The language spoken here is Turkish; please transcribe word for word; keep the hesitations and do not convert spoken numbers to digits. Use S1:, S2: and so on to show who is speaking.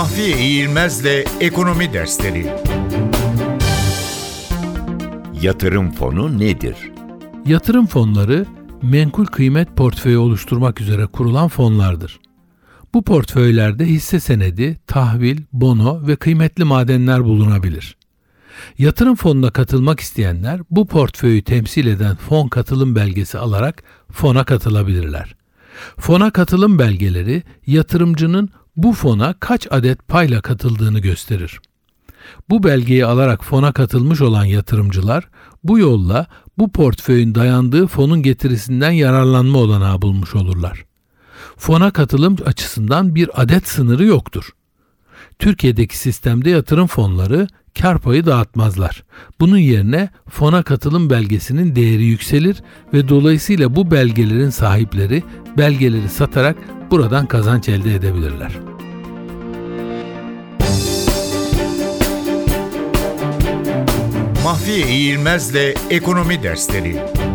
S1: Mahfiye İğilmez'le Ekonomi Dersleri.
S2: Yatırım fonu nedir?
S3: Yatırım fonları, menkul kıymet portföyü oluşturmak üzere kurulan fonlardır. Bu portföylerde hisse senedi, tahvil, bono ve kıymetli madenler bulunabilir. Yatırım fonuna katılmak isteyenler bu portföyü temsil eden fon katılım belgesi alarak fona katılabilirler. Fona katılım belgeleri yatırımcının bu fona kaç adet payla katıldığını gösterir. Bu belgeyi alarak fona katılmış olan yatırımcılar bu yolla bu portföyün dayandığı fonun getirisinden yararlanma olanağı bulmuş olurlar. Fona katılım açısından bir adet sınırı yoktur. Türkiye'deki sistemde yatırım fonları kar payı dağıtmazlar. Bunun yerine fona katılım belgesinin değeri yükselir ve dolayısıyla bu belgelerin sahipleri belgeleri satarak buradan kazanç elde edebilirler.
S1: Mahfiye İğilmez'le Ekonomi Dersleri.